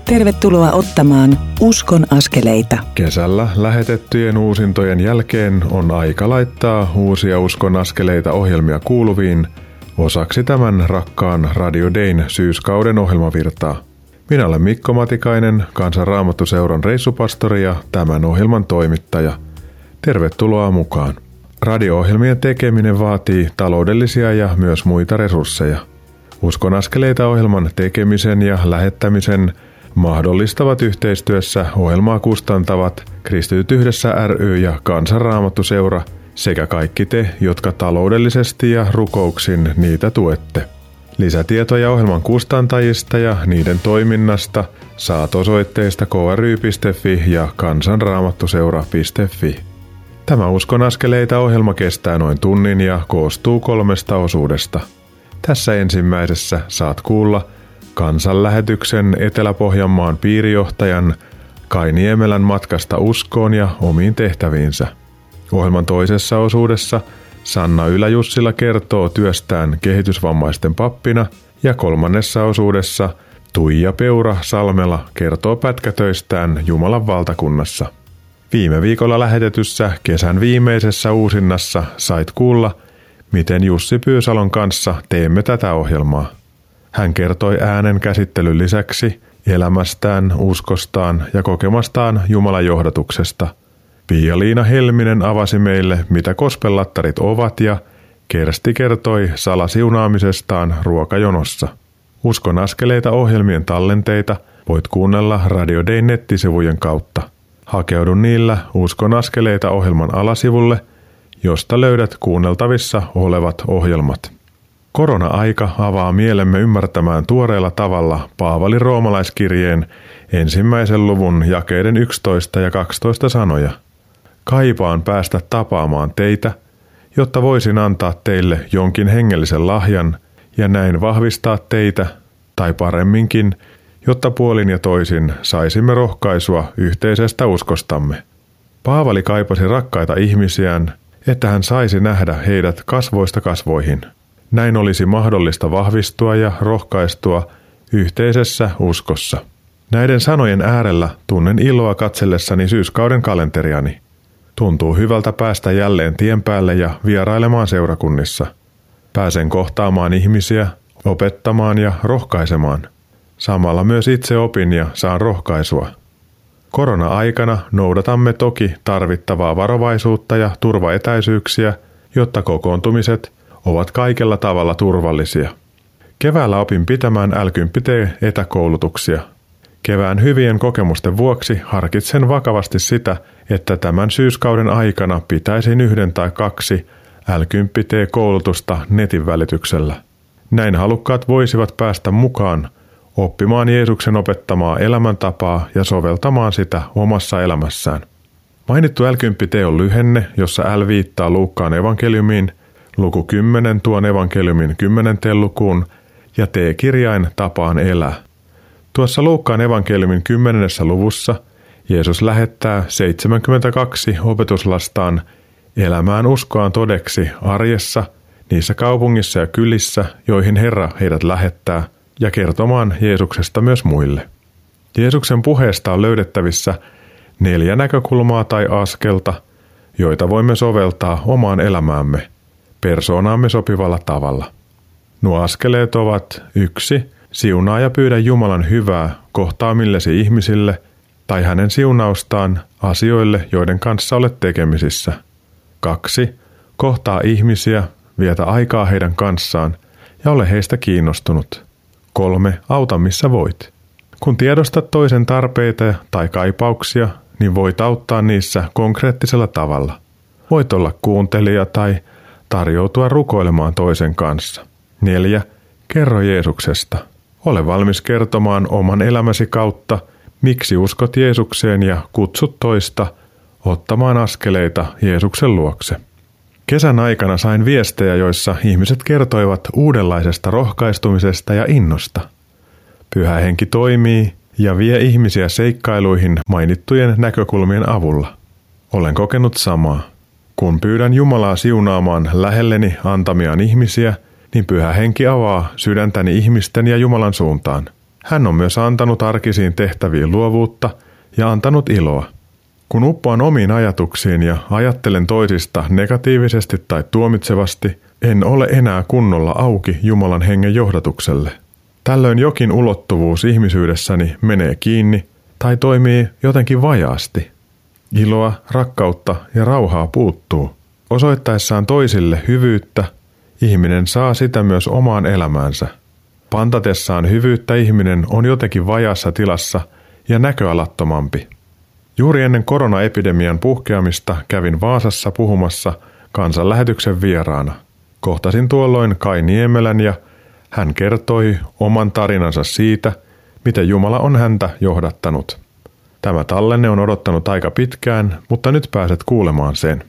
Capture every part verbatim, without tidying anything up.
Tervetuloa ottamaan Uskon askeleita. Kesällä lähetettyjen uusintojen jälkeen on aika laittaa uusia Uskon askeleita ohjelmia kuuluviin osaksi tämän rakkaan Radio Dayn syyskauden ohjelmavirtaa. Minä olen Mikko Matikainen, Kansan Raamattuseuran reissupastori ja tämän ohjelman toimittaja. Tervetuloa mukaan. Radio-ohjelmien tekeminen vaatii taloudellisia ja myös muita resursseja. Uskon askeleita ohjelman tekemisen ja lähettämisen mahdollistavat yhteistyössä ohjelmaa kustantavat Kristityt yhdessä ry ja Kansan Raamattuseura sekä kaikki te, jotka taloudellisesti ja rukouksin niitä tuette. Lisätietoja ohjelman kustantajista ja niiden toiminnasta saat osoitteista k r y piste f i ja kansanraamattuseura piste f i. Tämä Uskon askeleita ohjelma kestää noin tunnin ja koostuu kolmesta osuudesta. Tässä ensimmäisessä saat kuulla kansanlähetyksen Etelä-Pohjanmaan piirijohtajan Kai Niemelän matkasta uskoon ja omiin tehtäviinsä. Ohjelman toisessa osuudessa Sanna Ylä-Jussila kertoo työstään kehitysvammaisten pappina ja kolmannessa osuudessa Tuija Peura Salmela kertoo pätkätöistään Jumalan valtakunnassa. Viime viikolla lähetetyssä kesän viimeisessä uusinnassa sait kuulla, miten Jussi Pyysalon kanssa teemme tätä ohjelmaa. Hän kertoi äänen käsittelyn lisäksi elämästään, uskostaan ja kokemastaan Jumalan johdatuksesta. Pia-Liina Helminen avasi meille, mitä gospel-lattarit ovat, ja Kersti kertoi salasiunaamisestaan ruokajonossa. Uskon askeleita ohjelmien tallenteita voit kuunnella Radio Dayn nettisivujen kautta. Hakeudu niillä Uskon askeleita ohjelman alasivulle, josta löydät kuunneltavissa olevat ohjelmat. Korona-aika avaa mielemme ymmärtämään tuoreella tavalla Paavalin roomalaiskirjeen ensimmäisen luvun jakeiden yksitoista ja kaksitoista sanoja. Kaipaan päästä tapaamaan teitä, jotta voisin antaa teille jonkin hengellisen lahjan ja näin vahvistaa teitä, tai paremminkin, jotta puolin ja toisin saisimme rohkaisua yhteisestä uskostamme. Paavali kaipasi rakkaita ihmisiään, että hän saisi nähdä heidät kasvoista kasvoihin. Näin olisi mahdollista vahvistua ja rohkaistua yhteisessä uskossa. Näiden sanojen äärellä tunnen iloa katsellessani syyskauden kalenteriani. Tuntuu hyvältä päästä jälleen tien päälle ja vierailemaan seurakunnissa. Pääsen kohtaamaan ihmisiä, opettamaan ja rohkaisemaan. Samalla myös itse opin ja saan rohkaisua. Korona-aikana noudatamme toki tarvittavaa varovaisuutta ja turvaetäisyyksiä, jotta kokoontumiset ovat kaikella tavalla turvallisia. Keväällä opin pitämään L kymmenen T-etäkoulutuksia. Kevään hyvien kokemusten vuoksi harkitsen vakavasti sitä, että tämän syyskauden aikana pitäisin yhden tai kaksi L kymmenen T-koulutusta netin välityksellä. Näin halukkaat voisivat päästä mukaan oppimaan Jeesuksen opettamaa elämäntapaa ja soveltamaan sitä omassa elämässään. Mainittu L kymmenen T on lyhenne, jossa L viittaa Luukkaan evankeliumiin, luku kymmenen tuon evankeliumin kymmenenteen lukuun ja T-kirjain tapaan elää. Tuossa Luukkaan evankeliumin kymmenennessä luvussa Jeesus lähettää seitsemänkymmentäkaksi opetuslastaan elämään uskoaan todeksi arjessa, niissä kaupungissa ja kylissä, joihin Herra heidät lähettää, ja kertomaan Jeesuksesta myös muille. Jeesuksen puheesta on löydettävissä neljä näkökulmaa tai askelta, joita voimme soveltaa omaan elämäämme, persoonaamme sopivalla tavalla. Nuo askeleet ovat yksi. Siunaa ja pyydä Jumalan hyvää kohtaamillesi ihmisille tai hänen siunaustaan asioille, joiden kanssa olet tekemisissä. kaksi. Kohtaa ihmisiä, vietä aikaa heidän kanssaan ja ole heistä kiinnostunut. kolme. Auta missä voit. Kun tiedostat toisen tarpeita tai kaipauksia, niin voit auttaa niissä konkreettisella tavalla. Voit olla kuuntelija tai tarjoutua rukoilemaan toisen kanssa. neljä. Kerro Jeesuksesta. Ole valmis kertomaan oman elämäsi kautta, miksi uskot Jeesukseen ja kutsut toista ottamaan askeleita Jeesuksen luokse. Kesän aikana sain viestejä, joissa ihmiset kertoivat uudenlaisesta rohkaistumisesta ja innosta. Pyhä Henki toimii ja vie ihmisiä seikkailuihin mainittujen näkökulmien avulla. Olen kokenut samaa. Kun pyydän Jumalaa siunaamaan lähelleni antamiaan ihmisiä, niin Pyhä Henki avaa sydäntäni ihmisten ja Jumalan suuntaan. Hän on myös antanut arkisiin tehtäviin luovuutta ja antanut iloa. Kun uppoan omiin ajatuksiin ja ajattelen toisista negatiivisesti tai tuomitsevasti, en ole enää kunnolla auki Jumalan hengen johdatukselle. Tällöin jokin ulottuvuus ihmisyydessäni menee kiinni tai toimii jotenkin vajaasti. Iloa, rakkautta ja rauhaa puuttuu. Osoittaessaan toisille hyvyyttä, ihminen saa sitä myös omaan elämäänsä. Pantatessaan hyvyyttä ihminen on jotenkin vajaassa tilassa ja näköalattomampi. Juuri ennen koronaepidemian puhkeamista kävin Vaasassa puhumassa kansanlähetyksen vieraana. Kohtasin tuolloin Kai Niemelän ja hän kertoi oman tarinansa siitä, miten Jumala on häntä johdattanut. Tämä tallenne on odottanut aika pitkään, mutta nyt pääset kuulemaan sen.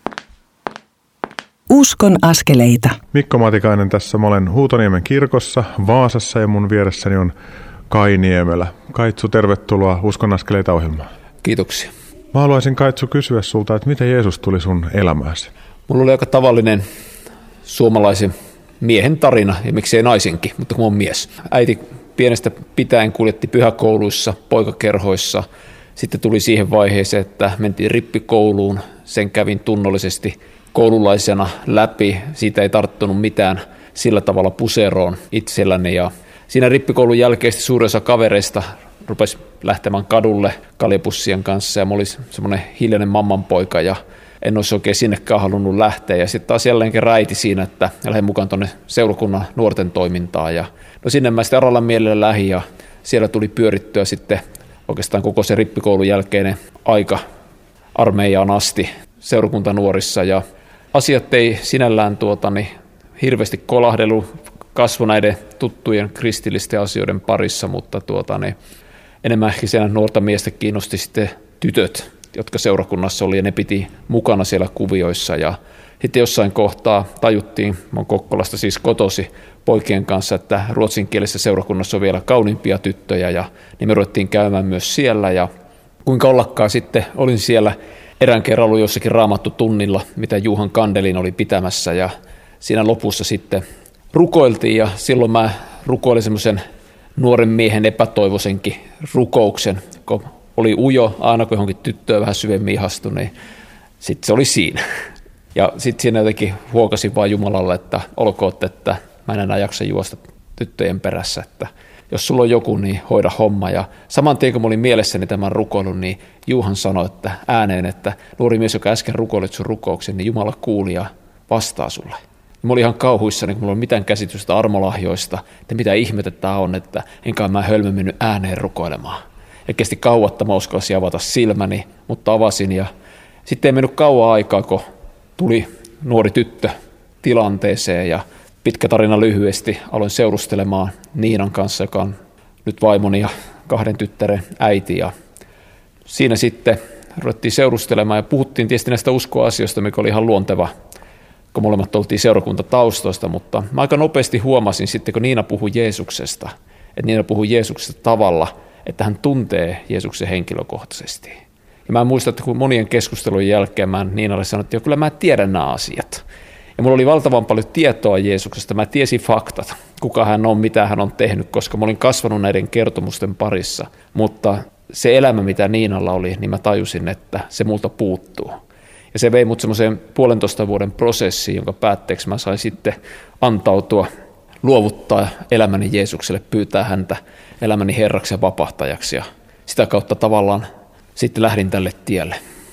Uskon askeleita. Mikko Matikainen tässä. Mä olen Huutoniemen kirkossa Vaasassa ja mun vieressäni on Kai Niemelä. Kaitsu, tervetuloa Uskon askeleita -ohjelmaan. Kiitoksia. Mä haluaisin, Kaitsu, kysyä sulta, että miten Jeesus tuli sun elämääsi? Mulla oli aika tavallinen suomalaisen miehen tarina, ja miksei naisenkin, mutta kun on mies. Äiti pienestä pitäen kuljetti pyhäkouluissa, poikakerhoissa. Sitten tuli siihen vaiheeseen, että mentiin rippikouluun. Sen kävin tunnollisesti koululaisena läpi. Siitä ei tarttunut mitään sillä tavalla puseroon itselläni. Ja siinä rippikoulun jälkeen suurin osa kavereista rupesi lähtemään kadulle kaljapussien kanssa. Ja mä olin semmoinen hiljainen mammanpoika ja en olisi oikein sinnekään halunnut lähteä. Ja sitten taas jälleen räiti siinä, että lähdin mukaan tuonne seurakunnan nuorten toimintaan. Ja no sinne mä sitten aralla mielellä lähdin ja siellä tuli pyörittyä sitten oikeastaan koko se rippikoulun jälkeinen aika armeijaan asti seurakuntanuorissa. Ja asiat ei sinällään tuota, niin hirveästi kolahdellut, kasvoi näiden tuttujen kristillisten asioiden parissa, mutta tuota, niin enemmän ehkä siellä nuorta miestä kiinnosti sitten tytöt, jotka seurakunnassa oli, ja ne piti mukana siellä kuvioissa. Ja sitten jossain kohtaa tajuttiin, mä oon Kokkolasta siis kotosi poikien kanssa, että ruotsinkielisessä seurakunnassa on vielä kauniimpia tyttöjä, ja niin me ruvettiin käymään myös siellä. Ja kuinka ollakaan sitten olin siellä erään kerran ollut jossakin raamattu tunnilla, mitä Juhan Kandelin oli pitämässä, ja siinä lopussa sitten rukoiltiin, ja silloin mä rukoilin semmoisen nuoren miehen epätoivoisenkin rukouksen, kun oli ujo, aina kun johonkin tyttöön vähän syvemmin ihastui, niin sitten se oli siinä. Ja sitten siinä jotenkin huokasin vaan Jumalalle, että olkoon, että mä en enää jaksa juosta tyttöjen perässä, että jos sulla on joku, niin hoida homma. Ja saman tien, kun mä olin mielessäni tämän rukoilun, niin Juhan sanoi että ääneen, että nuori mies, joka äsken rukoilit sun rukouksen, niin Jumala kuuli ja vastaa sulle. Ja mä olin ihan kauhuissani, kun mulla ei ole mitään käsitystä armolahjoista, että mitä ihmettä tämä on, että enkä mä hölmö mennyt ääneen rukoilemaan. Ja kesti kauan, että mä uskalsin avata silmäni, mutta avasin. Ja sitten ei mennyt kauan aikaa, kun tuli nuori tyttö tilanteeseen ja pitkä tarina lyhyesti. Aloin seurustelemaan Niinan kanssa, joka on nyt vaimoni ja kahden tyttären äiti. Ja siinä sitten ruvettiin seurustelemaan ja puhuttiin tietysti näistä uskoasioista, mikä oli ihan luonteva, kun molemmat oltiin seurakuntataustoista. Mutta mä aika nopeasti huomasin sitten, kun Niina puhui Jeesuksesta, että Niina puhui Jeesuksesta tavalla, että hän tuntee Jeesuksen henkilökohtaisesti. Ja mä muistan, että kun monien keskustelujen jälkeen mä Niinalle sanoin, että jo, kyllä mä tiedän nämä asiat. Ja mulla oli valtavan paljon tietoa Jeesuksesta. Mä tiesin faktat, kuka hän on, mitä hän on tehnyt, koska mä olin kasvanut näiden kertomusten parissa. Mutta se elämä, mitä Niinalla oli, niin mä tajusin, että se multa puuttuu. Ja se vei mut semmoiseen puolentoista vuoden prosessiin, jonka päätteeksi mä sain sitten antautua, luovuttaa elämäni Jeesukselle, pyytää häntä elämäni herraksi ja vapahtajaksi. Ja sitä kautta tavallaan sitten lähdin tälle tielle.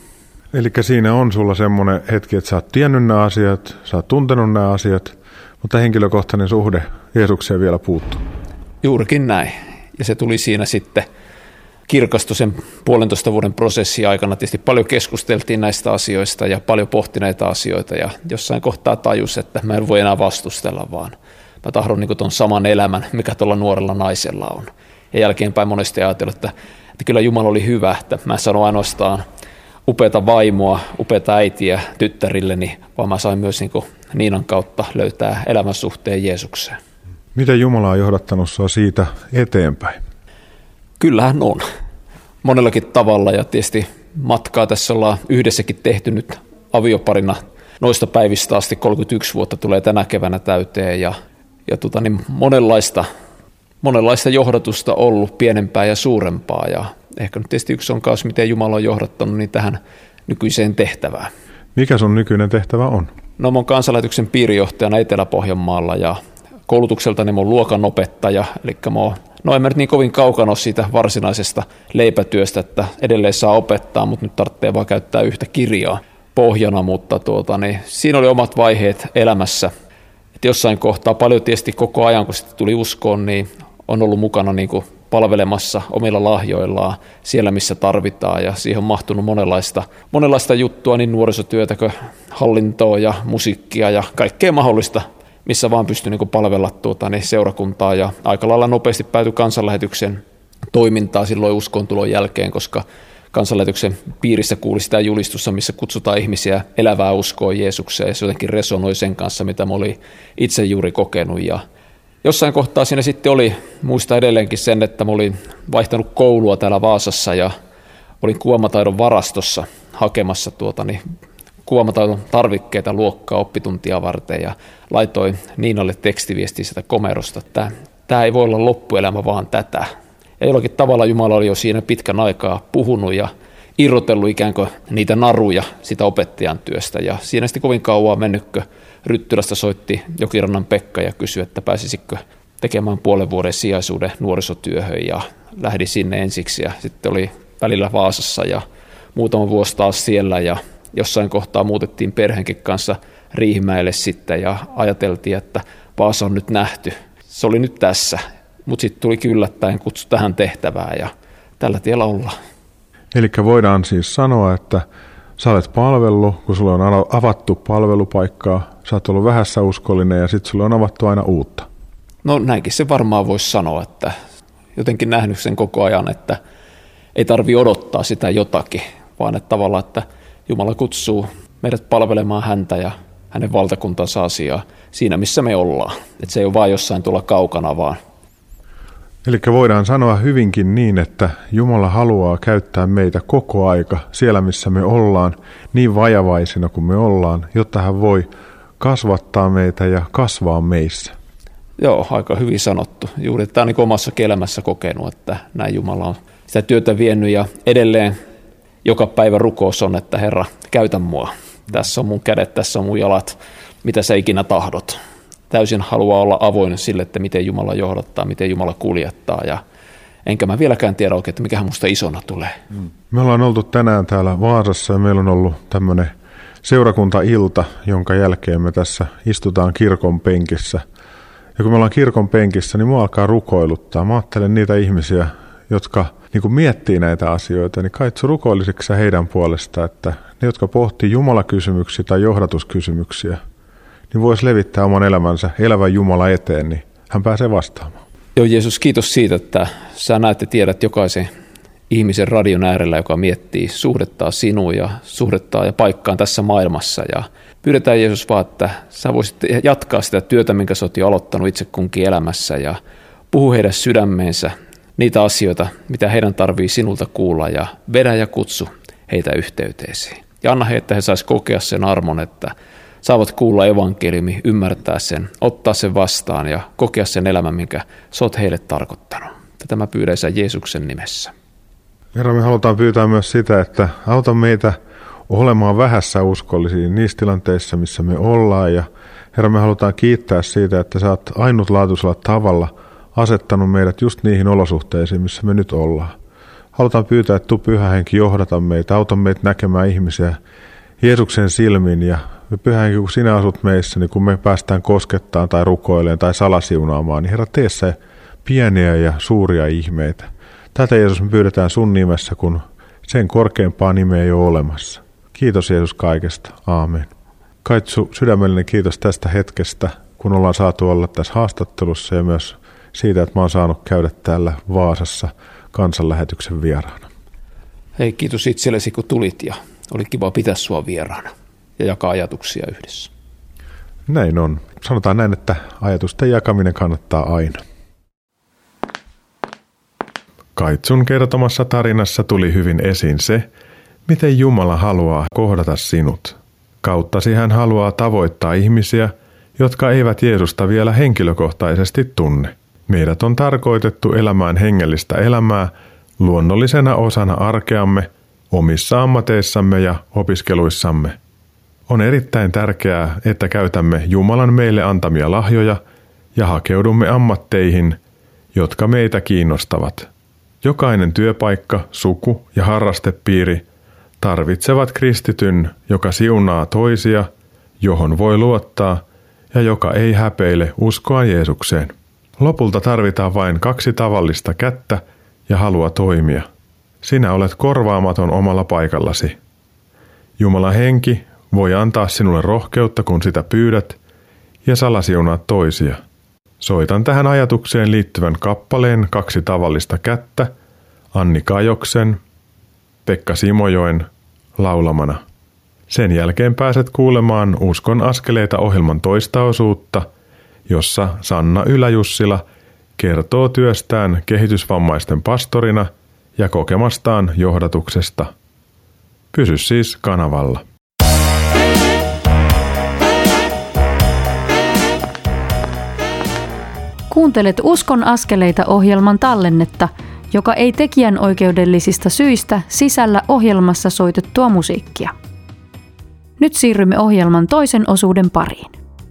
Eli siinä on sulla semmoinen hetki, että sä oot tiennyt nämä asiat, sä oot tuntenut nämä asiat, mutta henkilökohtainen suhde Jeesukseen vielä puuttuu. Juurikin näin. Ja se tuli siinä sitten kirkastui sen puolentoista vuoden prosessin aikana. Tietysti paljon keskusteltiin näistä asioista ja paljon pohti näitä asioita. Ja jossain kohtaa tajus, että mä en voi enää vastustella, vaan mä tahdon niin kuin ton saman elämän, mikä tuolla nuorella naisella on. Ja jälkeenpäin monesti ajatellut, että, että kyllä Jumala oli hyvä, että mä en sano ainoastaan upeata vaimoa, upeata äitiä tyttärilleni, vaan mä sain myös niin kuin Niinan kautta löytää elämän suhteen Jeesukseen. Miten Jumala on johdattanut sua siitä eteenpäin? Kyllähän on. Monellakin tavalla ja tietysti matkaa tässä ollaan yhdessäkin tehty nyt avioparina noista päivistä asti, kolmekymmentäyksi vuotta tulee tänä keväänä täyteen ja, ja tota niin monenlaista, monenlaista johdatusta ollut, pienempää ja suurempaa. Ja ehkä nyt tietysti yksi on kaus, miten Jumala on johdattanut niin tähän nykyiseen tehtävään. Mikä sun nykyinen tehtävä on? No mä oon kansanlähetyksen piirijohtajana Etelä-Pohjanmaalla ja koulutukseltani mä oon luokanopettaja, eli mä oon, no en mä nyt niin kovin kaukana ole siitä varsinaisesta leipätyöstä, että edelleen saa opettaa, mutta nyt tarvitsee vaan käyttää yhtä kirjaa pohjana, mutta tuota, niin siinä oli omat vaiheet elämässä. Et jossain kohtaa paljon tietysti koko ajan, kun sitten tuli uskoon, niin on ollut mukana niin kuin palvelemassa omilla lahjoillaan siellä, missä tarvitaan, ja siihen on mahtunut monenlaista, monenlaista juttua, niin nuorisotyötä kuin hallintoa ja musiikkia ja kaikkea mahdollista, missä vaan pystyi niin kuin palvella tuota, niin seurakuntaa, ja aika lailla nopeasti päätyi kansanlähetyksen toimintaa silloin uskontulon jälkeen, koska kansanlähetyksen piirissä kuuli sitä julistusta, missä kutsutaan ihmisiä elävää uskoa Jeesukseen, ja se jotenkin resonoi sen kanssa, mitä mä olin itse juuri kokenut, ja jossain kohtaa siinä sitten oli, muista edelleenkin sen, että mä olin vaihtanut koulua täällä Vaasassa ja olin kuvamataidon varastossa hakemassa tuota, niin, kuvamataidon tarvikkeita luokkaa oppituntia varten ja laitoin Niinalle tekstiviestiä sitä komerosta, että tämä ei voi olla loppuelämä vaan tätä. Ja jollakin tavalla Jumala oli jo siinä pitkän aikaa puhunut ja irrotellut ikään kuin niitä naruja sitä opettajan työstä ja siinä sitten kovin kauan mennytkö. Ryttylästä soitti Jokirannan Pekka ja kysyi, että pääsisikö tekemään puolen vuoden sijaisuuden nuorisotyöhön ja lähdin sinne ensiksi ja sitten oli välillä Vaasassa ja muutama vuosi taas siellä ja jossain kohtaa muutettiin perheenkin kanssa Riihimäelle sitten ja ajateltiin, että Vaasa on nyt nähty. Se oli nyt tässä, mutta sitten tuli yllättäen kutsu tähän tehtävään ja tällä tiellä ollaan. Eli voidaan siis sanoa, että sä olet palvellut, kun sulle on avattu palvelupaikkaa, sä oot ollut vähässä uskollinen ja sitten sulle on avattu aina uutta. No näinkin se varmaan voisi sanoa, että jotenkin nähnyt sen koko ajan, että ei tarvitse odottaa sitä jotakin, vaan että tavallaan, että Jumala kutsuu meidät palvelemaan häntä ja hänen valtakuntansa asiaa siinä, missä me ollaan. Että se ei ole vain jossain tuolla kaukana vaan. Eli voidaan sanoa hyvinkin niin, että Jumala haluaa käyttää meitä koko aika siellä, missä me ollaan, niin vajavaisina kuin me ollaan, jotta hän voi kasvattaa meitä ja kasvaa meissä. Joo, aika hyvin sanottu. Juuri tämä on niin omassa elämässä kokenut, että näin Jumala on sitä työtä vienyt ja edelleen joka päivä rukous on, että Herra, käytä mua. Tässä on mun kädet, tässä on mun jalat, mitä sä ikinä tahdot. Täysin haluaa olla avoin sille, että miten Jumala johdattaa, miten Jumala kuljettaa ja enkä mä vieläkään tiedä oikein, että mikähän musta isona tulee. Me ollaan oltu tänään täällä Vaasassa ja meillä on ollut tämmöinen seurakuntailta, jonka jälkeen me tässä istutaan kirkon penkissä. Ja kun me ollaan kirkon penkissä, niin mua alkaa rukoiluttaa. Mä ajattelen niitä ihmisiä, jotka niin kun miettii näitä asioita, niin Kaitsu, rukoilisitko sä heidän puolesta, että ne, jotka pohtii Jumala-kysymyksiä tai johdatuskysymyksiä, niin voisi levittää oman elämänsä elävän Jumala eteen, niin hän pääsee vastaamaan. Joo, Jeesus, kiitos siitä, että sä näet ja tiedät jokaisen ihmisen radion äärellä, joka miettii suhdettaa sinuun ja suhdettaa ja paikkaan tässä maailmassa. Ja pyydetään, Jeesus, vaan, että sä voisit jatkaa sitä työtä, minkä sä oot jo aloittanut itse kunkin elämässä ja puhu heidän sydämeensä niitä asioita, mitä heidän tarvii sinulta kuulla ja vedä ja kutsu heitä yhteyteesi. Ja anna he, että he sais kokea sen armon, että saavat kuulla evankeliumi, ymmärtää sen, ottaa sen vastaan ja kokea sen elämän, minkä sä oot heille tarkoittanut. Tätä mä pyydän sä Jeesuksen nimessä. Herra, me halutaan pyytää myös sitä, että auta meitä olemaan vähässä uskollisia niissä tilanteissa, missä me ollaan. Ja Herra, me halutaan kiittää siitä, että sä oot ainutlaatuisella tavalla asettanut meidät just niihin olosuhteisiin, missä me nyt ollaan. Halutaan pyytää, että tuu Pyhä Henki johdata meitä, auta meitä näkemään ihmisiä Jeesuksen silmin ja Pyhä Henki, kun sinä asut meissä, niin kun me päästään koskettaan tai rukoilemaan tai salasiunaamaan, niin Herra, tee se pieniä ja suuria ihmeitä. Tätä Jeesus me pyydetään sun nimessä, kun sen korkeampaa nimeä ei ole olemassa. Kiitos Jeesus kaikesta. Aamen. Kaitsu, sydämellinen kiitos tästä hetkestä, kun ollaan saatu olla tässä haastattelussa ja myös siitä, että mä oon saanut käydä täällä Vaasassa kansanlähetyksen vieraana. Hei, kiitos itsellesi, kun tulit ja oli kiva pitää sua vieraana ja jakaa ajatuksia yhdessä. Näin on. Sanotaan näin, että ajatusten jakaminen kannattaa aina. Kaitsun kertomassa tarinassa tuli hyvin esiin se, miten Jumala haluaa kohdata sinut. Kauttasi hän haluaa tavoittaa ihmisiä, jotka eivät Jeesusta vielä henkilökohtaisesti tunne. Meidät on tarkoitettu elämään hengellistä elämää luonnollisena osana arkeamme, omissa ammateissamme ja opiskeluissamme. On erittäin tärkeää, että käytämme Jumalan meille antamia lahjoja ja hakeudumme ammatteihin, jotka meitä kiinnostavat. Jokainen työpaikka, suku ja harrastepiiri tarvitsevat kristityn, joka siunaa toisia, johon voi luottaa ja joka ei häpeile uskoa Jeesukseen. Lopulta tarvitaan vain kaksi tavallista kättä ja halua toimia. Sinä olet korvaamaton omalla paikallasi. Jumalan henki voi antaa sinulle rohkeutta, kun sitä pyydät, ja salasiunaat toisia. Soitan tähän ajatukseen liittyvän kappaleen kaksi tavallista kättä Anni Kajoksen, Pekka Simojoen laulamana. Sen jälkeen pääset kuulemaan Uskon askeleita -ohjelman toista osuutta, jossa Sanna Ylä-Jussila kertoo työstään kehitysvammaisten pastorina ja kokemastaan johdatuksesta. Pysy siis kanavalla. Kuuntelet Uskon askeleita -ohjelman tallennetta, joka ei tekijänoikeudellisista syistä sisällä ohjelmassa soitettua musiikkia. Nyt siirrymme ohjelman toisen osuuden pariin.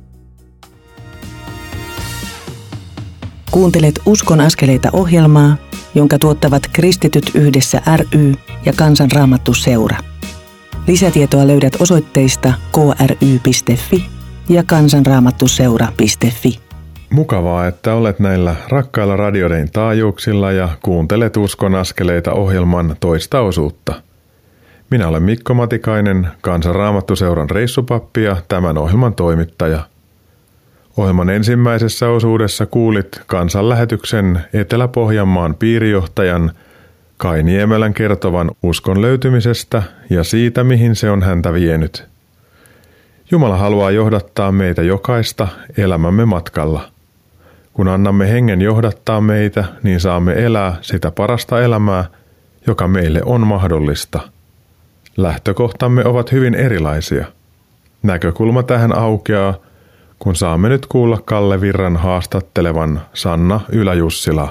Kuuntelet Uskon askeleita -ohjelmaa, jonka tuottavat Kristityt yhdessä ry ja Kansanraamattu Seura. Lisätietoa löydät osoitteista k r y piste f i ja kansanraamattuseura piste f i. Mukavaa, että olet näillä rakkailla Radio Dayn taajuuksilla ja kuuntelet Uskon askeleita -ohjelman toista osuutta. Minä olen Mikko Matikainen, Kansanraamattuseuran reissupappi ja tämän ohjelman toimittaja. Ohjelman ensimmäisessä osuudessa kuulit kansanlähetyksen Etelä-Pohjanmaan piirijohtajan Kai Niemelän kertovan uskon löytymisestä ja siitä, mihin se on häntä vienyt. Jumala haluaa johdattaa meitä jokaista elämämme matkalla. Kun annamme hengen johdattaa meitä, niin saamme elää sitä parasta elämää, joka meille on mahdollista. Lähtökohtamme ovat hyvin erilaisia. Näkökulma tähän aukeaa, kun saamme nyt kuulla Kalle Virran haastattelevan Sanna Ylä-Jussilaa.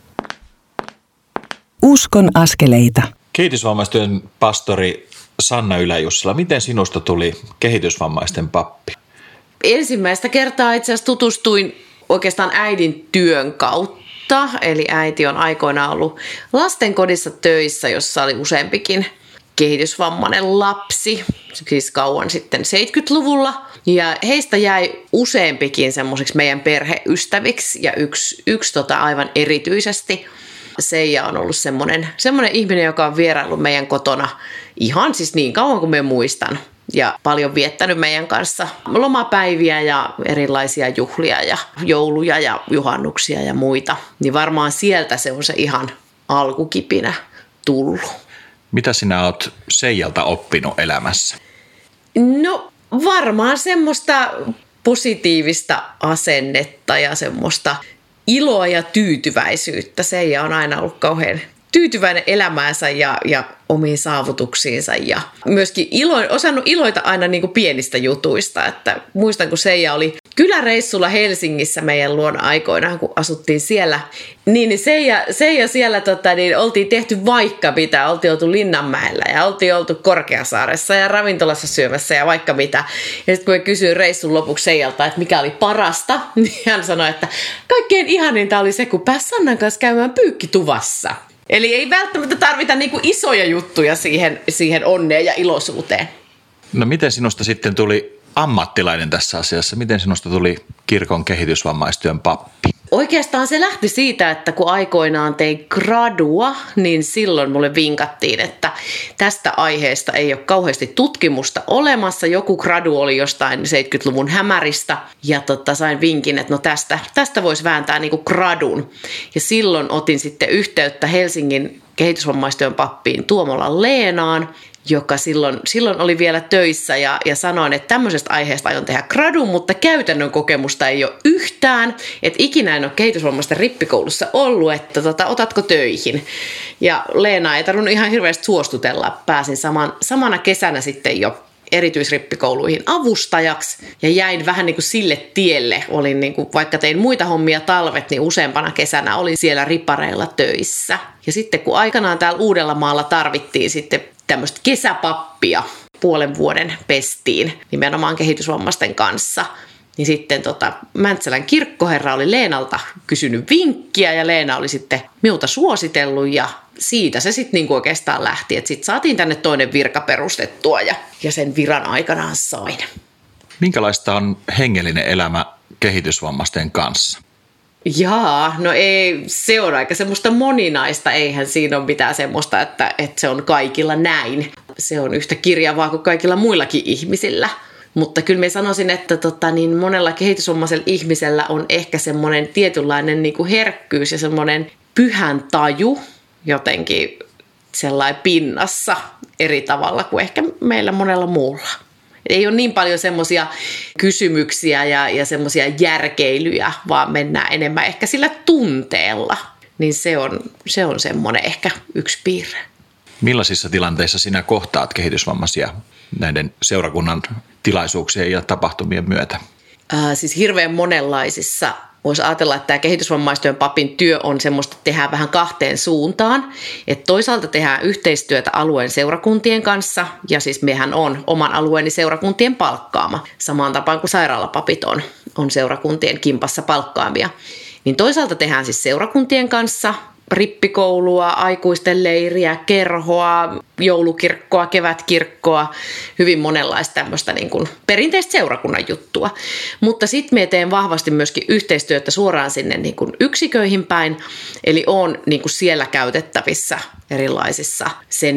Uskon askeleita. Kehitysvammaistyön pastori Sanna Ylä-Jussila, miten sinusta tuli kehitysvammaisten pappi? Ensimmäistä kertaa itse asiassa tutustuin oikeastaan äidin työn kautta. Eli äiti on aikoinaan ollut lastenkodissa töissä, jossa oli useampikin kehitysvammainen lapsi, siis kauan sitten seitsemänkymmentäluvulla. Ja heistä jäi useampikin semmoisiksi meidän perheystäviksi ja yksi, yksi tota aivan erityisesti. Seija on ollut semmoinen, semmoinen ihminen, joka on vieraillut meidän kotona ihan siis niin kauan kuin me muistan. Ja paljon viettänyt meidän kanssa lomapäiviä ja erilaisia juhlia ja jouluja ja juhannuksia ja muita. Niin varmaan sieltä se on se ihan alkukipinä tullut. Mitä sinä oot Seijalta oppinut elämässä? No varmaan semmoista positiivista asennetta ja semmoista iloa ja tyytyväisyyttä. Seija on aina ollut kauhean tyytyväinen elämäänsä ja, ja omiin saavutuksiinsa ja myöskin ilo, osannut iloita aina niin kuin pienistä jutuista. Että muistan, kun Seija oli kyläreissulla Helsingissä meidän luona aikoinaan, kun asuttiin siellä, niin, niin Seija, Seija siellä tota, niin oltiin tehty vaikka mitä. Oltiin oltu Linnanmäellä ja oltiin oltu Korkeasaaressa ja ravintolassa syömässä ja vaikka mitä. Ja sitten kun me kysyin reissun lopuksi Seijalta, että mikä oli parasta, niin hän sanoi, että kaikkein ihaninta oli se, kun pääsi Sannan kanssa käymään pyykkituvassa. Eli ei välttämättä tarvita niinku isoja juttuja siihen, siihen onneen ja iloisuuteen. No miten sinusta sitten tuli ammattilainen tässä asiassa? Miten sinusta tuli kirkon kehitysvammaistyön pappi? Oikeastaan se lähti siitä, että kun aikoinaan tein gradua, niin silloin mulle vinkattiin, että tästä aiheesta ei ole kauheasti tutkimusta olemassa. Joku gradu oli jostain seitsemänkymmentäluvun hämäristä ja tota, sain vinkin, että no tästä, tästä voisi vääntää niinku gradun. Ja silloin otin sitten yhteyttä Helsingin kehitysvammaistyön pappiin Tuomolan Leenaan, joka silloin, silloin oli vielä töissä ja, ja sanoin, että tämmöisestä aiheesta aion tehdä gradun, mutta käytännön kokemusta ei ole yhtään, että ikinä en ole kehitysvammaisten rippikoulussa ollut, että tota, otatko töihin. Ja Leena ei tarvinnut ihan hirveästi suostutella, pääsin saman, samana kesänä sitten jo erityisrippikouluihin avustajaksi ja jäin vähän niin kuin sille tielle. Olin niin kuin, vaikka tein muita hommia talvet, niin useampana kesänä olin siellä ripareilla töissä. Ja sitten kun aikanaan täällä Uudellamaalla tarvittiin sitten tämmöistä kesäpappia, puolen vuoden pestiin nimenomaan kehitysvammaisten kanssa, niin sitten tota, Mäntsälän kirkkoherra oli Leenalta kysynyt vinkkiä ja Leena oli sitten minulta suositellut ja siitä se sitten niinku oikeastaan lähti, että sitten saatiin tänne toinen virka perustettua ja, ja sen viran aikanaan sain. Minkälaista on hengellinen elämä kehitysvammaisten kanssa? Jaa, no ei, se on aika semmoista moninaista, eihän siinä ole mitään semmoista, että, että se on kaikilla näin. Se on yhtä kirjavaa kuin kaikilla muillakin ihmisillä. Mutta kyllä mä sanoisin, että tota, niin monella kehitysvammaisella ihmisellä on ehkä semmoinen tietynlainen niin kuin herkkyys ja semmoinen pyhän taju jotenkin sellainen pinnassa eri tavalla kuin ehkä meillä monella muulla. Ei ole niin paljon semmoisia kysymyksiä ja, ja semmoisia järkeilyjä, vaan mennään enemmän ehkä sillä tunteella. Niin se on, se on semmoinen ehkä yksi piirre. Millaisissa tilanteissa sinä kohtaat kehitysvammaisia näiden seurakunnan tilaisuuksien ja tapahtumien myötä? Ää, siis hirveän monenlaisissa. Voisi ajatella, että tämä kehitysvammaistyön papin työ on semmoista, että tehdään vähän kahteen suuntaan. Että toisaalta tehdään yhteistyötä alueen seurakuntien kanssa, ja siis mehän on oman alueeni seurakuntien palkkaama, samaan tapaan kuin sairaalapapit on, on seurakuntien kimpassa palkkaamia. Niin toisaalta tehdään siis seurakuntien kanssa rippikoulua, aikuisten leiriä, kerhoa, joulukirkkoa, kevätkirkkoa, hyvin monenlaista tämmöistä niin kuin perinteistä seurakunnan juttua. Mutta sitten me teen vahvasti myöskin yhteistyötä suoraan sinne niin kuin yksiköihin päin, eli on niin kuin siellä käytettävissä erilaisissa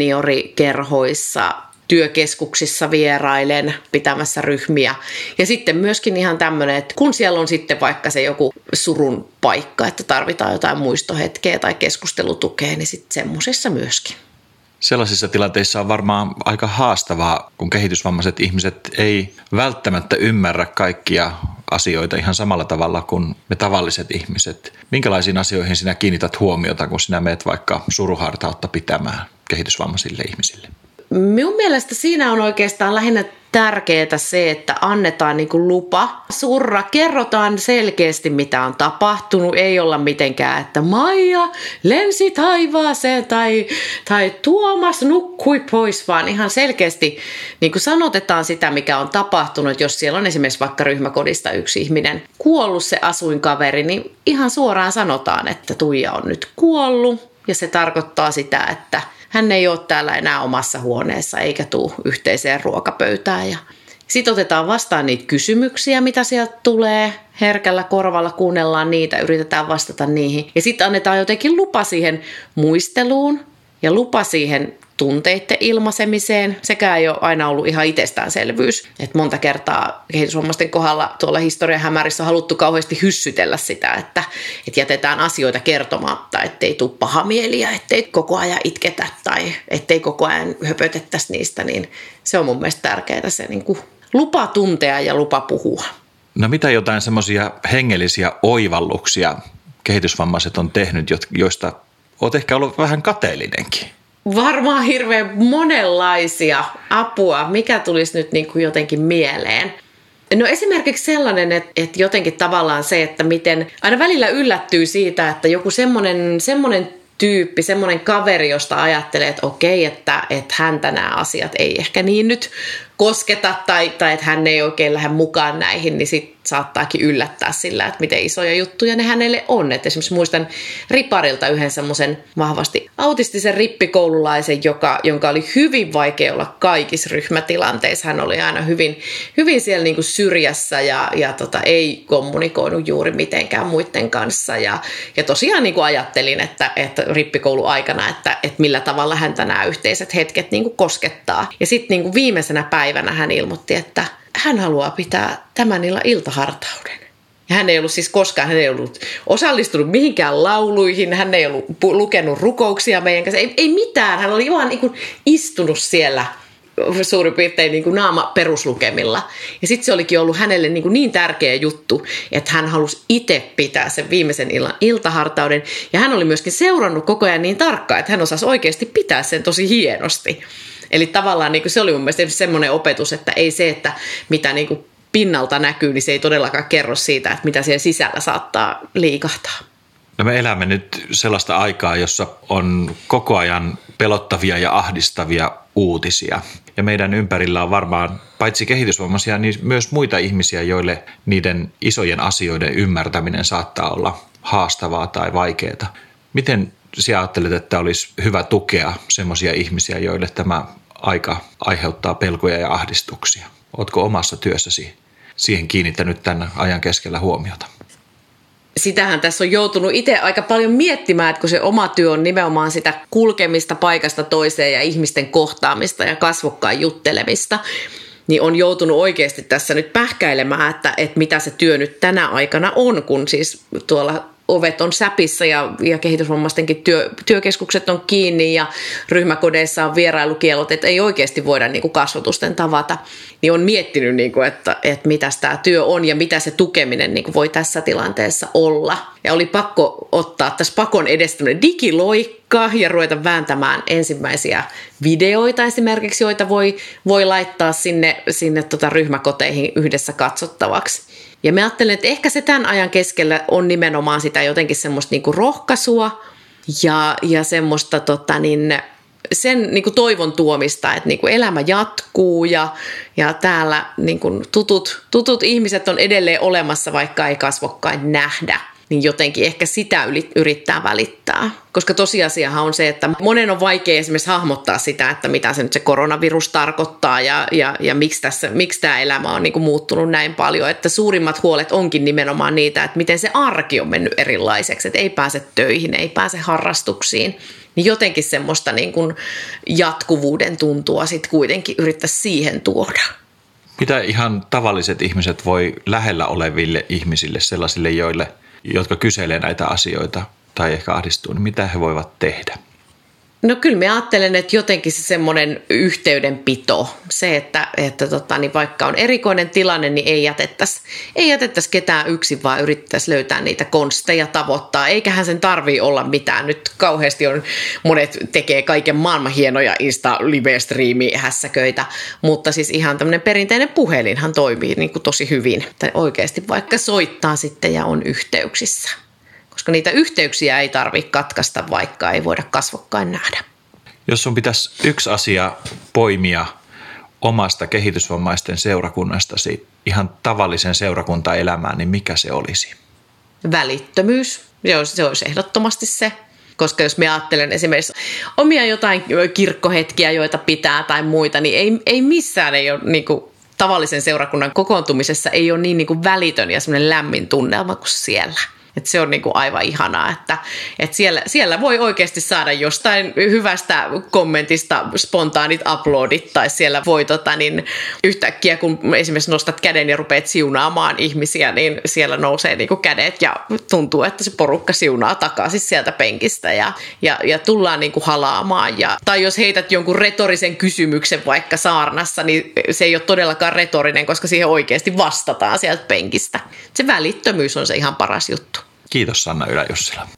seniorikerhoissa, työkeskuksissa vierailen pitämässä ryhmiä. Ja sitten myöskin ihan tämmöinen, että kun siellä on sitten vaikka se joku surun paikka, että tarvitaan jotain muistohetkeä tai keskustelutukea, niin sitten semmoisessa myöskin. Sellaisissa tilanteissa on varmaan aika haastavaa, kun kehitysvammaiset ihmiset ei välttämättä ymmärrä kaikkia asioita ihan samalla tavalla kuin me tavalliset ihmiset. Minkälaisiin asioihin sinä kiinnität huomiota, kun sinä meet vaikka suruhartautta pitämään kehitysvammaisille ihmisille? Minun mielestä siinä on oikeastaan lähinnä tärkeää se, että annetaan niin kuin lupa surra. Kerrotaan selkeästi, mitä on tapahtunut. Ei olla mitenkään, että Maija lensi taivaaseen tai, tai Tuomas nukkui pois, vaan ihan selkeästi niin kuin sanotetaan sitä, mikä on tapahtunut. Jos siellä on esimerkiksi vaikka ryhmäkodista yksi ihminen kuollut, se asuinkaveri, niin ihan suoraan sanotaan, että Tuija on nyt kuollut ja se tarkoittaa sitä, että hän ei ole täällä enää omassa huoneessa eikä tule yhteiseen ruokapöytään. Sitten otetaan vastaan niitä kysymyksiä, mitä sieltä tulee. Herkällä korvalla kuunnellaan niitä, yritetään vastata niihin. Ja sitten annetaan jotenkin lupa siihen muisteluun ja lupa siihen tunteiden ilmaisemiseen. Sekä ei ole aina ollut ihan itsestäänselvyys. Et monta kertaa kehitysvammaisten kohdalla tuolla historian hämärissä on haluttu kauheasti hyssytellä sitä, että, että jätetään asioita kertomatta, ettei tule paha mieliä, ettei koko ajan itketä tai ettei koko ajan höpötettäisi niistä. Niin se on mun mielestä tärkeää se niin kuin lupa tuntea ja lupa puhua. No mitä jotain semmoisia hengellisiä oivalluksia kehitysvammaiset on tehnyt, joista olet ehkä ollut vähän kateellinenkin? Varmaan hirveän monenlaisia apua. Mikä tulisi nyt niin kuin jotenkin mieleen? No esimerkiksi sellainen, että, että jotenkin tavallaan se, että miten aina välillä yllättyy siitä, että joku semmoinen, semmoinen tyyppi, semmoinen kaveri, josta ajattelee, että okei, että, että häntä nämä asiat ei ehkä niin nyt kosketa tai, tai että hän ei oikein lähde mukaan näihin, niin sitten saattaakin yllättää sillä, että miten isoja juttuja ne hänelle on. Et esimerkiksi muistan Riparilta yhden semmoisen vahvasti autistisen rippikoululaisen, joka, jonka oli hyvin vaikea olla kaikissa ryhmätilanteissa. Hän oli aina hyvin, hyvin siellä niin kuin syrjässä ja, ja tota, ei kommunikoinut juuri mitenkään muiden kanssa. Ja, ja tosiaan niin kuin ajattelin, että, että rippikoulun aikana, että, että millä tavalla häntä nämä yhteiset hetket niin kuin koskettaa. Ja sitten niin kuin viimeisenä päivänä hän ilmoitti, että hän haluaa pitää tämän illan iltahartauden. Ja hän ei ollut siis koskaan, hän ei ollut osallistunut mihinkään lauluihin, hän ei ollut lukenut rukouksia meidän kanssa, ei, ei mitään. Hän oli vaan niin kuin istunut siellä suurin piirtein niin kuin naama peruslukemilla. Ja sitten se olikin ollut hänelle niin, kuin niin tärkeä juttu, että hän halusi itse pitää sen viimeisen illan iltahartauden. Ja hän oli myöskin seurannut koko ajan niin tarkkaan, että hän osasi oikeasti pitää sen tosi hienosti. Eli tavallaan niin kuin se oli mun mielestä semmoinen opetus, että ei se, että mitä niin kuin pinnalta näkyy, niin se ei todellakaan kerro siitä, että mitä siellä sisällä saattaa liikahtaa. No me elämme nyt sellaista aikaa, jossa on koko ajan pelottavia ja ahdistavia uutisia. Ja meidän ympärillä on varmaan paitsi kehitysvammaisia, niin myös muita ihmisiä, joille niiden isojen asioiden ymmärtäminen saattaa olla haastavaa tai vaikeaa. Miten sinä ajattelet, että olisi hyvä tukea semmoisia ihmisiä, joille tämä aika aiheuttaa pelkoja ja ahdistuksia? Oletko omassa työssäsi siihen kiinnittänyt tämän ajan keskellä huomiota? Sitähän tässä on joutunut itse aika paljon miettimään, että kun se oma työ on nimenomaan sitä kulkemista paikasta toiseen ja ihmisten kohtaamista ja kasvokkain juttelemista, niin on joutunut oikeasti tässä nyt pähkäilemään, että, että mitä se työ nyt tänä aikana on, kun siis tuolla ovet on säpissä ja, ja kehitysvammaistenkin työ, työkeskukset on kiinni ja ryhmäkodeissa on vierailukielot, että ei oikeasti voida niin kuin kasvotusten tavata. Niin on miettinyt, niin kuin, että, että mitä tämä työ on ja mitä se tukeminen niin kuin voi tässä tilanteessa olla. Ja oli pakko ottaa tässä pakon edestä digiloikka ja ruveta vääntämään ensimmäisiä videoita esimerkiksi, joita voi, voi laittaa sinne, sinne tota ryhmäkoteihin yhdessä katsottavaksi. Ja mä ajattelen, että ehkä se tämän ajan keskellä on nimenomaan sitä jotenkin semmoista niinku rohkaisua ja, ja semmoista tota niin, sen niinku toivon tuomista, että niinku elämä jatkuu ja, ja täällä niinku tutut, tutut ihmiset on edelleen olemassa, vaikka ei kasvokkain nähdä. Niin jotenkin ehkä sitä yrittää välittää. Koska tosiasiahan on se, että monen on vaikea esimerkiksi hahmottaa sitä, että mitä se nyt se koronavirus tarkoittaa ja, ja, ja miksi, tässä, miksi tämä elämä on niin kuin muuttunut näin paljon. Että suurimmat huolet onkin nimenomaan niitä, että miten se arki on mennyt erilaiseksi, että ei pääse töihin, ei pääse harrastuksiin. Niin jotenkin semmoista niin kuin jatkuvuuden tuntua sitten kuitenkin yrittää siihen tuoda. Mitä ihan tavalliset ihmiset voi lähellä oleville ihmisille, sellaisille, joille jotka kyselee näitä asioita tai ehkä ahdistuu, niin mitä he voivat tehdä? No kyllä mä ajattelen, että jotenkin se semmoinen yhteydenpito, se, että, että tota, niin vaikka on erikoinen tilanne, niin ei jätettäisi, ei jätettäisi ketään yksin, vaan yritettäisiin löytää niitä konsteja tavoittaa. Eiköhän sen tarvitse olla mitään. Nyt kauheasti on, monet tekee kaiken maailman hienoja Insta-live-striimi-hässäköitä, mutta siis ihan tämmöinen perinteinen puhelinhan toimii niin kuin tosi hyvin. Tai oikeasti vaikka soittaa sitten ja on yhteyksissä. Koska niitä yhteyksiä ei tarvitse katkaista, vaikka ei voida kasvokkain nähdä. Jos sun pitäisi yksi asia poimia omasta kehitysvammaisten seurakunnastasi ihan tavallisen seurakuntaelämään, niin mikä se olisi? Välittömyys. Se olisi, se olisi ehdottomasti se. Koska jos me ajattelen esimerkiksi omia jotain kirkkohetkiä, joita pitää tai muita, niin ei, ei missään ei ole niin kuin tavallisen seurakunnan kokoontumisessa ei ole niin, niin kuin välitön ja semmoinen lämmin tunnelma kuin siellä. Että se on niinku aivan ihanaa, että, että siellä, siellä voi oikeasti saada jostain hyvästä kommentista spontaanit uploadit, tai siellä voi tota, niin, yhtäkkiä, kun esimerkiksi nostat käden ja rupeat siunaamaan ihmisiä, niin siellä nousee niinku kädet ja tuntuu, että se porukka siunaa takaisin sieltä penkistä ja, ja, ja tullaan niinku halaamaan. Ja, tai jos heität jonkun retorisen kysymyksen vaikka saarnassa, niin se ei ole todellakaan retorinen, koska siihen oikeasti vastataan sieltä penkistä. Se välittömyys on se ihan paras juttu. Kiitos Sanna Ylä-Jussila.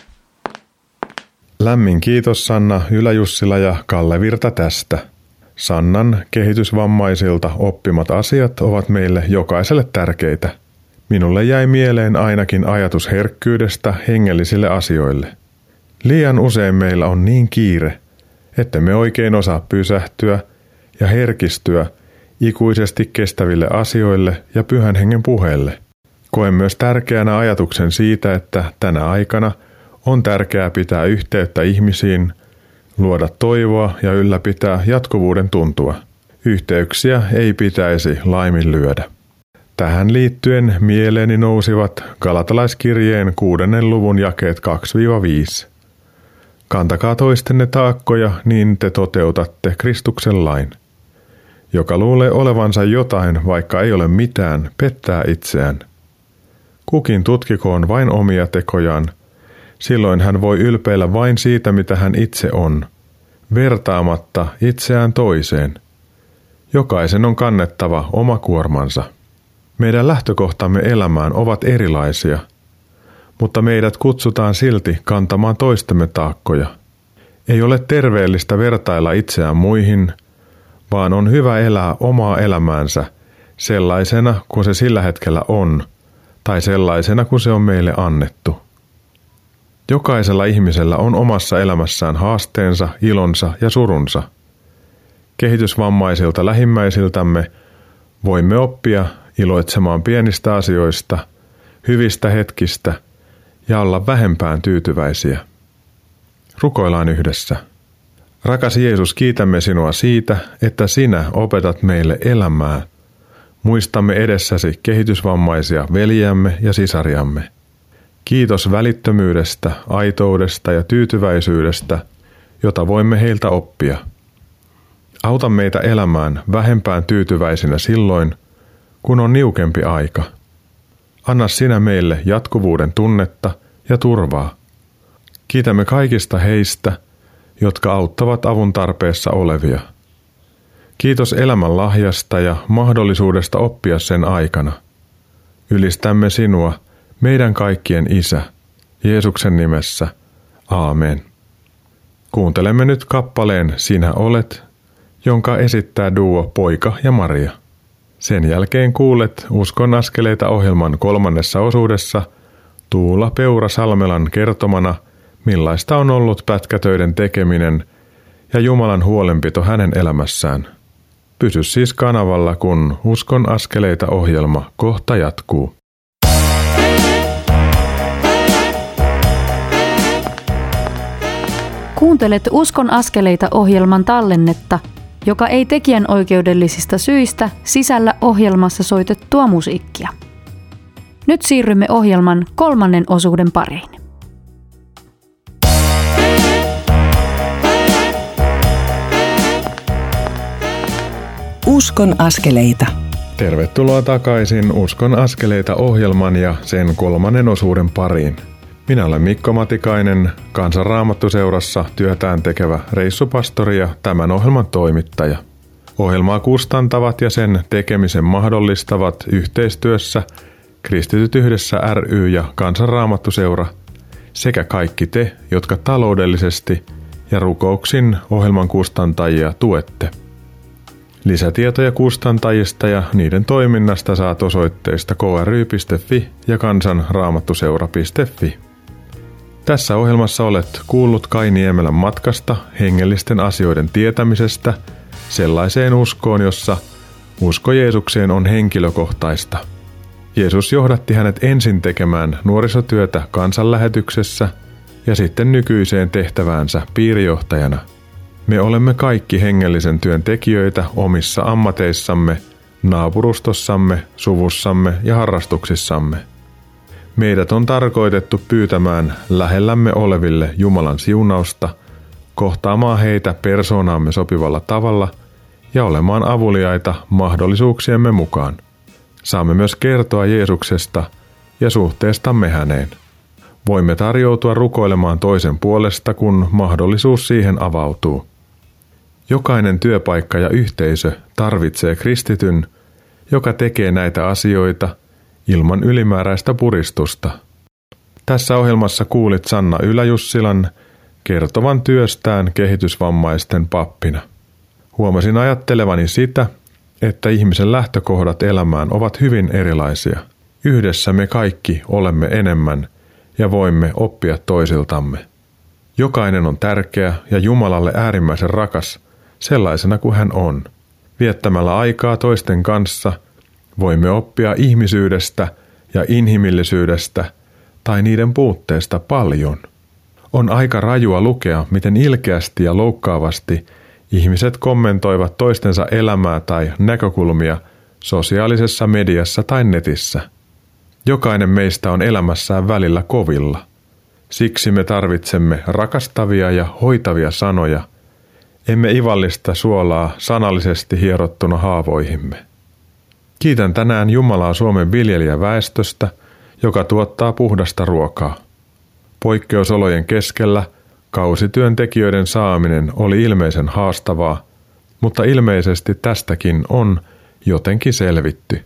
Lämmin kiitos Sanna Ylä-Jussila ja Kalle Virta tästä. Sannan kehitysvammaisilta oppimat asiat ovat meille jokaiselle tärkeitä. Minulle jäi mieleen ainakin ajatus herkkyydestä hengellisille asioille. Liian usein meillä on niin kiire, että me oikein osaa pysähtyä ja herkistyä ikuisesti kestäville asioille ja pyhän hengen puheelle. Koen myös tärkeänä ajatuksen siitä, että tänä aikana on tärkeää pitää yhteyttä ihmisiin, luoda toivoa ja ylläpitää jatkuvuuden tuntua. Yhteyksiä ei pitäisi laiminlyödä. Tähän liittyen mieleeni nousivat Galatalaiskirjeen kuudennen luvun jakeet kaksi viisi. Kantakaa toistenne taakkoja, niin te toteutatte Kristuksen lain. Joka luulee olevansa jotain, vaikka ei ole mitään, pettää itseään. Kukin tutkikoon vain omia tekojaan, silloin hän voi ylpeillä vain siitä, mitä hän itse on, vertaamatta itseään toiseen. Jokaisen on kannettava oma kuormansa. Meidän lähtökohtamme elämään ovat erilaisia, mutta meidät kutsutaan silti kantamaan toistemme taakkoja. Ei ole terveellistä vertailla itseään muihin, vaan on hyvä elää omaa elämäänsä sellaisena kuin se sillä hetkellä on, tai sellaisena kuin se on meille annettu. Jokaisella ihmisellä on omassa elämässään haasteensa, ilonsa ja surunsa. Kehitysvammaisilta lähimmäisiltämme voimme oppia iloitsemaan pienistä asioista, hyvistä hetkistä ja olla vähempään tyytyväisiä. Rukoillaan yhdessä. Rakas Jeesus, kiitämme sinua siitä, että sinä opetat meille elämää. Muistamme edessäsi kehitysvammaisia veljiämme ja sisariamme. Kiitos välittömyydestä, aitoudesta ja tyytyväisyydestä, jota voimme heiltä oppia. Auta meitä elämään vähempään tyytyväisinä silloin, kun on niukempi aika. Anna sinä meille jatkuvuuden tunnetta ja turvaa. Kiitämme kaikista heistä, jotka auttavat avun tarpeessa olevia. Kiitos elämän lahjasta ja mahdollisuudesta oppia sen aikana. Ylistämme sinua, meidän kaikkien Isä, Jeesuksen nimessä. Aamen. Kuuntelemme nyt kappaleen Sinä olet, jonka esittää duo Poika ja Maria. Sen jälkeen kuulet Uskon askeleita -ohjelman kolmannessa osuudessa Tuula Peura-Salmelan kertomana, millaista on ollut pätkätöiden tekeminen ja Jumalan huolenpito hänen elämässään. Pysy siis kanavalla, kun Uskon askeleita -ohjelma kohta jatkuu. Kuuntelet Uskon askeleita -ohjelman tallennetta, joka ei tekijänoikeudellisista syistä sisällä ohjelmassa soitettua musiikkia. Nyt siirrymme ohjelman kolmannen osuuden pariin. Uskon askeleita. Tervetuloa takaisin Uskon askeleita -ohjelman ja sen kolmannen osuuden pariin. Minä olen Mikko Matikainen, Kansan Raamattuseurassa työtään tekevä reissupastori ja tämän ohjelman toimittaja. Ohjelmaa kustantavat ja sen tekemisen mahdollistavat yhteistyössä Kristityt yhdessä ry ja Kansan Raamattuseura sekä kaikki te, jotka taloudellisesti ja rukouksin ohjelman kustantajia tuette. Lisätietoja kustantajista ja niiden toiminnasta saat osoitteista k r y piste f i ja kansanraamattuseura piste f i. Tässä ohjelmassa olet kuullut Kai Niemelän matkasta hengellisten asioiden tietämisestä sellaiseen uskoon, jossa usko Jeesukseen on henkilökohtaista. Jeesus johdatti hänet ensin tekemään nuorisotyötä kansanlähetyksessä ja sitten nykyiseen tehtäväänsä piirijohtajana. Me olemme kaikki hengellisen työn tekijöitä omissa ammateissamme, naapurustossamme, suvussamme ja harrastuksissamme. Meidät on tarkoitettu pyytämään lähellämme oleville Jumalan siunausta, kohtaamaan heitä persoonaamme sopivalla tavalla ja olemaan avuliaita mahdollisuuksiemme mukaan. Saamme myös kertoa Jeesuksesta ja suhteestamme häneen. Voimme tarjoutua rukoilemaan toisen puolesta, kun mahdollisuus siihen avautuu. Jokainen työpaikka ja yhteisö tarvitsee kristityn, joka tekee näitä asioita ilman ylimääräistä puristusta. Tässä ohjelmassa kuulit Sanna Ylä-Jussilan kertovan työstään kehitysvammaisten pappina. Huomasin ajattelevani sitä, että ihmisen lähtökohdat elämään ovat hyvin erilaisia. Yhdessä me kaikki olemme enemmän ja voimme oppia toisiltamme. Jokainen on tärkeä ja Jumalalle äärimmäisen rakas sellaisena kuin hän on. Viettämällä aikaa toisten kanssa voimme oppia ihmisyydestä ja inhimillisyydestä tai niiden puutteesta paljon. On aika rajua lukea, miten ilkeästi ja loukkaavasti ihmiset kommentoivat toistensa elämää tai näkökulmia sosiaalisessa mediassa tai netissä. Jokainen meistä on elämässään välillä kovilla. Siksi me tarvitsemme rakastavia ja hoitavia sanoja, emme ivallista suolaa sanallisesti hierottuna haavoihimme. Kiitän tänään Jumalaa Suomen viljelijäväestöstä, joka tuottaa puhdasta ruokaa. Poikkeusolojen keskellä kausityöntekijöiden saaminen oli ilmeisen haastavaa, mutta ilmeisesti tästäkin on jotenkin selvitty.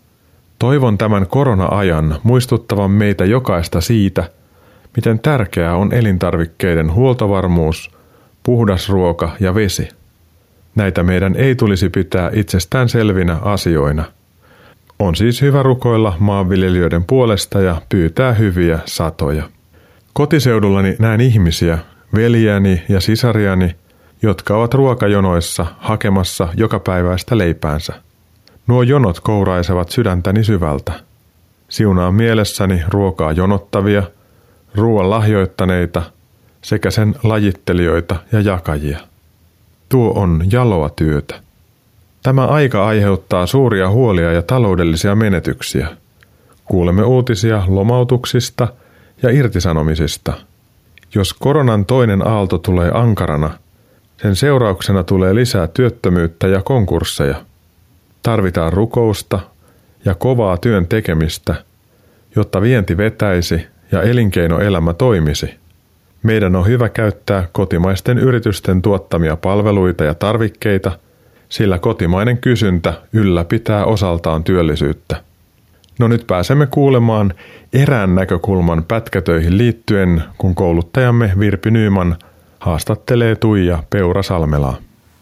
Toivon tämän korona-ajan muistuttavan meitä jokaista siitä, miten tärkeää on elintarvikkeiden huoltovarmuus, puhdas ruoka ja vesi. Näitä meidän ei tulisi pitää itsestään selvinä asioina. On siis hyvä rukoilla maanviljelijöiden puolesta ja pyytää hyviä satoja. Kotiseudullani näen ihmisiä, veljiäni ja sisariani, jotka ovat ruokajonoissa hakemassa jokapäiväistä leipäänsä. Nuo jonot kouraisevat sydäntäni syvältä. Siunaa mielessäni ruokaa jonottavia, ruoan lahjoittaneita sekä sen lajittelijoita ja jakajia. Tuo on jaloa työtä. Tämä aika aiheuttaa suuria huolia ja taloudellisia menetyksiä. Kuulemme uutisia lomautuksista ja irtisanomisista. Jos koronan toinen aalto tulee ankarana, sen seurauksena tulee lisää työttömyyttä ja konkursseja. Tarvitaan rukousta ja kovaa työn tekemistä, jotta vienti vetäisi ja elinkeinoelämä toimisi. Meidän on hyvä käyttää kotimaisten yritysten tuottamia palveluita ja tarvikkeita, sillä kotimainen kysyntä ylläpitää osaltaan työllisyyttä. No nyt pääsemme kuulemaan erään näkökulman pätkätöihin liittyen, kun kouluttajamme Virpi Nyman haastattelee Tuija Peura-Salmelaa.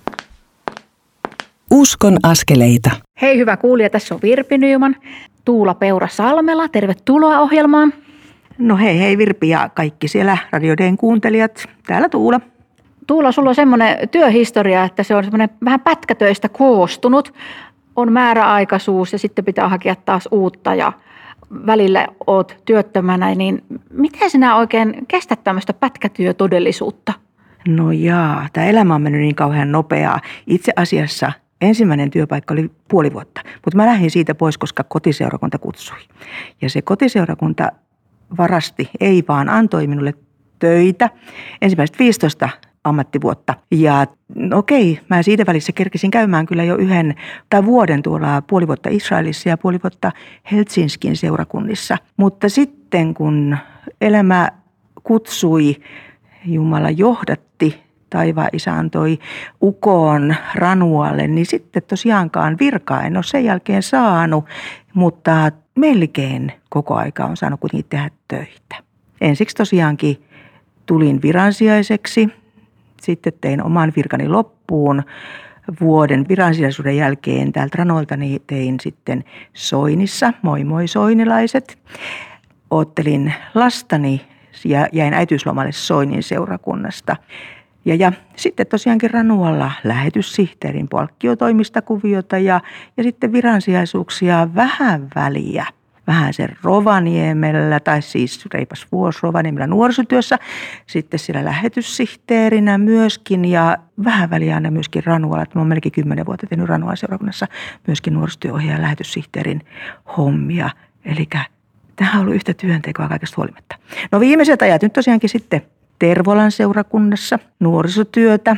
Uskon askeleita. Hei hyvä kuulija, tässä on Virpi Nyman, Tuula Peura-Salmela. Tervetuloa ohjelmaan. No hei hei Virpi ja kaikki siellä Radio Dayn kuuntelijat. Täällä Tuula. Tuula, sulla on semmoinen työhistoria, että se on semmoinen vähän pätkätöistä koostunut. On määräaikaisuus ja sitten pitää hakea taas uutta ja välillä oot työttömänä. Niin miten sinä oikein kestät tämmöistä pätkätyötodellisuutta? No jaa, tämä elämä on mennyt niin kauhean nopeaa. Itse asiassa ensimmäinen työpaikka oli puoli vuotta, mutta mä lähdin siitä pois, koska kotiseurakunta kutsui. Ja se kotiseurakunta varasti, ei vaan antoi minulle töitä ensimmäiset viisitoista ammattivuotta. Ja okei, mä siitä välissä kerkisin käymään kyllä jo yhden tai vuoden tuolla puoli vuotta Israelissa ja puoli vuotta Helsinskin seurakunnissa. Mutta sitten kun elämä kutsui, Jumala johdatti, taivaan isä antoi ukoon Ranualle, niin sitten tosiaankaan virkaa en ole sen jälkeen saanut, mutta melkein koko aika on saanut kuitenkin tehdä töitä. Ensiksi tosiaankin tulin viransijaiseksi, sitten tein oman virkani loppuun. Vuoden viransijaisuuden jälkeen täältä Ranualta niin tein sitten Soinissa, moi moi soinilaiset. Oottelin lastani ja jäin äitiyslomalle Soinin seurakunnasta. Ja, ja sitten tosiaankin Ranualla lähetyssihteerin palkkiotoimista kuviota ja, ja sitten viransijaisuuksia vähän väliä. Vähän sen Rovaniemellä, tai siis reipas vuosi Rovaniemellä nuorisotyössä, sitten siellä lähetyssihteerinä myöskin ja vähän väliä aina myöskin Ranualla. Mä oon melkein kymmenen vuotta tehnyt Ranuan seurakunnassa myöskin nuorisotyöohjaajan ja lähetyssihteerin hommia. Eli tämä on ollut yhtä työntekoa kaikesta huolimatta. No viimeiset ajat nyt tosiaankin sitten Tervolan seurakunnassa nuorisotyötä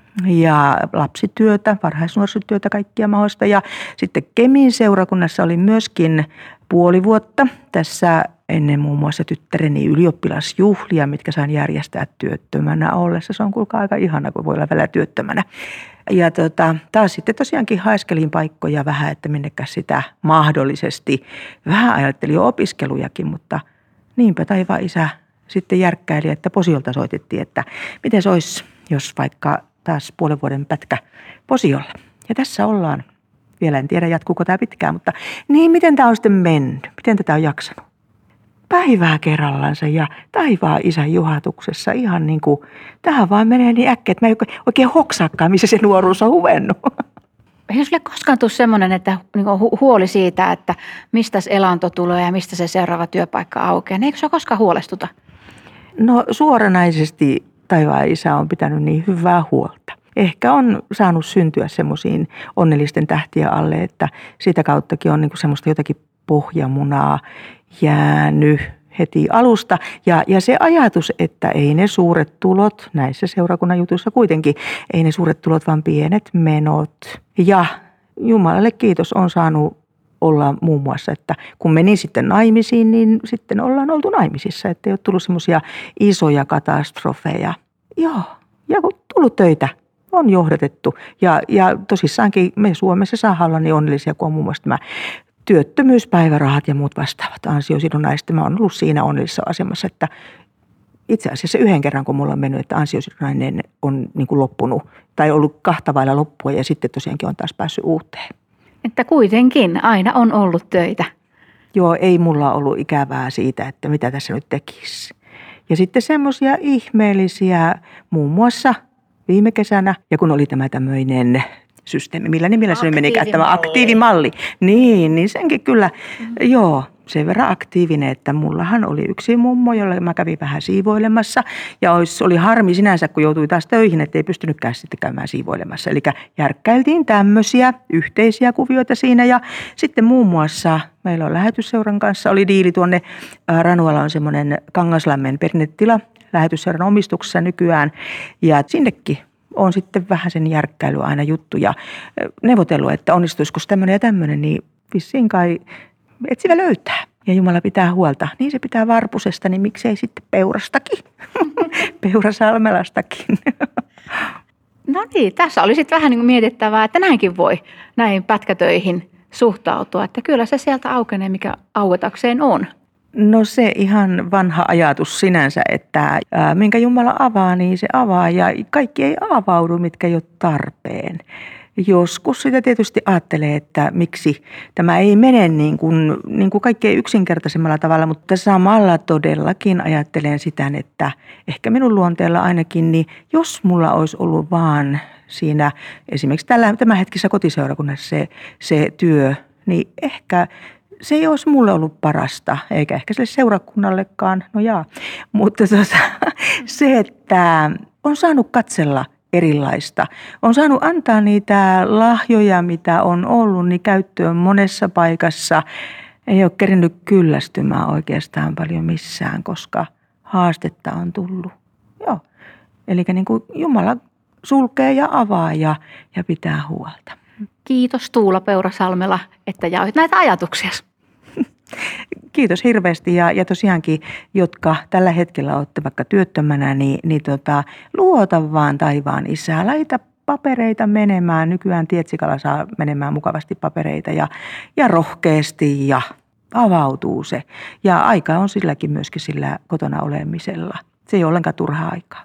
ja lapsityötä, varhaisnuorisotyötä, kaikkia mahdollista. Ja sitten Kemin seurakunnassa oli myöskin puoli vuotta tässä ennen muun muassa tyttäreni ylioppilasjuhlia, mitkä sain järjestää työttömänä ollessa. Se on kuulkaa aika ihana, kun voi olla välillä työttömänä. Ja tota, taas sitten tosiaankin haiskelin paikkoja vähän, että minnekäs sitä mahdollisesti. Vähän ajattelin jo opiskelujakin, mutta niinpä taivaan isä sitten järkkäili, että Posiolta soitettiin, että miten se olisi, jos vaikka taas puolen vuoden pätkä Posiolla. Ja tässä ollaan. Vielä en tiedä, jatkuuko tämä pitkään, mutta niin, miten tämä on sitten mennyt? Miten tätä on jaksanut? Päivää kerrallansa ja taivaan isän juhatuksessa ihan niin kuin, tähän vaan menee niin äkkiä, että mä en oikein hoksaakaan, missä se nuoruus on huvennut. Ei sulle koskaan tule semmoinen, että niin hu- huoli siitä, että mistä elanto tulee ja mistä se seuraava työpaikka aukeaa. Eikö se koskaan huolestuta? No suoranaisesti taivaan isä on pitänyt niin hyvää huolta. Ehkä on saanut syntyä semmoisiin onnellisten tähtien alle, että siitä kauttakin on niin kuin semmoista jotakin pohjamunaa jäänyt heti alusta. Ja, ja se ajatus, että ei ne suuret tulot, näissä seurakunnan jutuissa kuitenkin, ei ne suuret tulot, vaan pienet menot. Ja Jumalalle kiitos on saanut olla muun muassa, että kun menin sitten naimisiin, niin sitten ollaan oltu naimisissa, että ei ole tullut semmoisia isoja katastrofeja. Joo, ja kun tullut töitä, on johdatettu. Ja, ja tosissaankin me Suomessa saa olla niin onnellisia, kun on muun muassa tämä työttömyyspäivärahat ja muut vastaavat ansiosidonnaiset. Mä oon ollut siinä onnellisessa asemassa, että itse asiassa yhden kerran, kun mulla on mennyt, että ansiosidonnainen on niin kuin loppunut tai ollut kahta vailla loppua ja sitten tosiaankin on taas päässyt uuteen. Että kuitenkin aina on ollut töitä. Joo, ei mulla ollut ikävää siitä, että mitä tässä nyt tekisi. Ja sitten semmoisia ihmeellisiä, muun muassa viime kesänä, ja kun oli tämä tämmöinen systeemi, millä nimellä se menikään, tämä aktiivimalli. Niin, niin senkin kyllä, mm. joo, sen verran aktiivinen, että mullahan oli yksi mummo, jolle mä kävin vähän siivoilemassa. Ja olisi, oli harmi sinänsä, kun joutui taas töihin, että ei pystynytkään sitten käymään siivoilemassa. Eli järkkäiltiin tämmöisiä yhteisiä kuvioita siinä. Ja sitten muun muassa meillä on lähetysseuran kanssa, oli diili tuonne, Ranualla on semmoinen Kangaslammen perinnetila lähetysseuran omistuksessa nykyään. Ja sinnekin on sitten vähän sen järkkäily aina juttu ja neuvotellut, että onnistuisiko tämmöinen ja tämmöinen, niin vissiin kai etsivä löytää. Ja Jumala pitää huolta. Niin se pitää Varpusesta, niin miksei sitten Peurastakin. Peurasalmelastakin. No niin, tässä oli sitten vähän niin kuin mietittävää, että näinkin voi näihin pätkätöihin suhtautua. Että kyllä se sieltä aukenee, mikä auetakseen on. No se ihan vanha ajatus sinänsä, että ää, minkä Jumala avaa, niin se avaa ja kaikki ei avaudu, mitkä ei ole tarpeen. Joskus sitä tietysti ajattelee, että miksi tämä ei mene niin kuin, niin kuin kaikkein yksinkertaisemmalla tavalla, mutta samalla todellakin ajattelen sitä, että ehkä minun luonteella ainakin, niin jos mulla olisi ollut vaan siinä esimerkiksi tällä tämänhetkisessä kotiseurakunnassa se, se työ, niin ehkä se ei olisi mulle ollut parasta, eikä ehkä sille seurakunnallekaan, no jaa. Mutta tuota, se, että on saanut katsella erilaista. On saanut antaa niitä lahjoja, mitä on ollut, niin käyttöön monessa paikassa. Ei ole kerinyt kyllästymään oikeastaan paljon missään, koska haastetta on tullut. Joo. Eli niin kuin Jumala sulkee ja avaa ja, ja pitää huolta. Kiitos Tuula Peurasalmela, että jaoit näitä ajatuksia. Kiitos hirveästi ja, ja tosiaankin, jotka tällä hetkellä olette vaikka työttömänä, niin, niin tota, luota vaan taivaan Isää. Laita papereita menemään. Nykyään Tietsikalla saa menemään mukavasti papereita ja, ja rohkeasti ja avautuu se. Ja aika on silläkin myöskin sillä kotona olemisella. Se ei ole ollenkaan turhaa aikaa.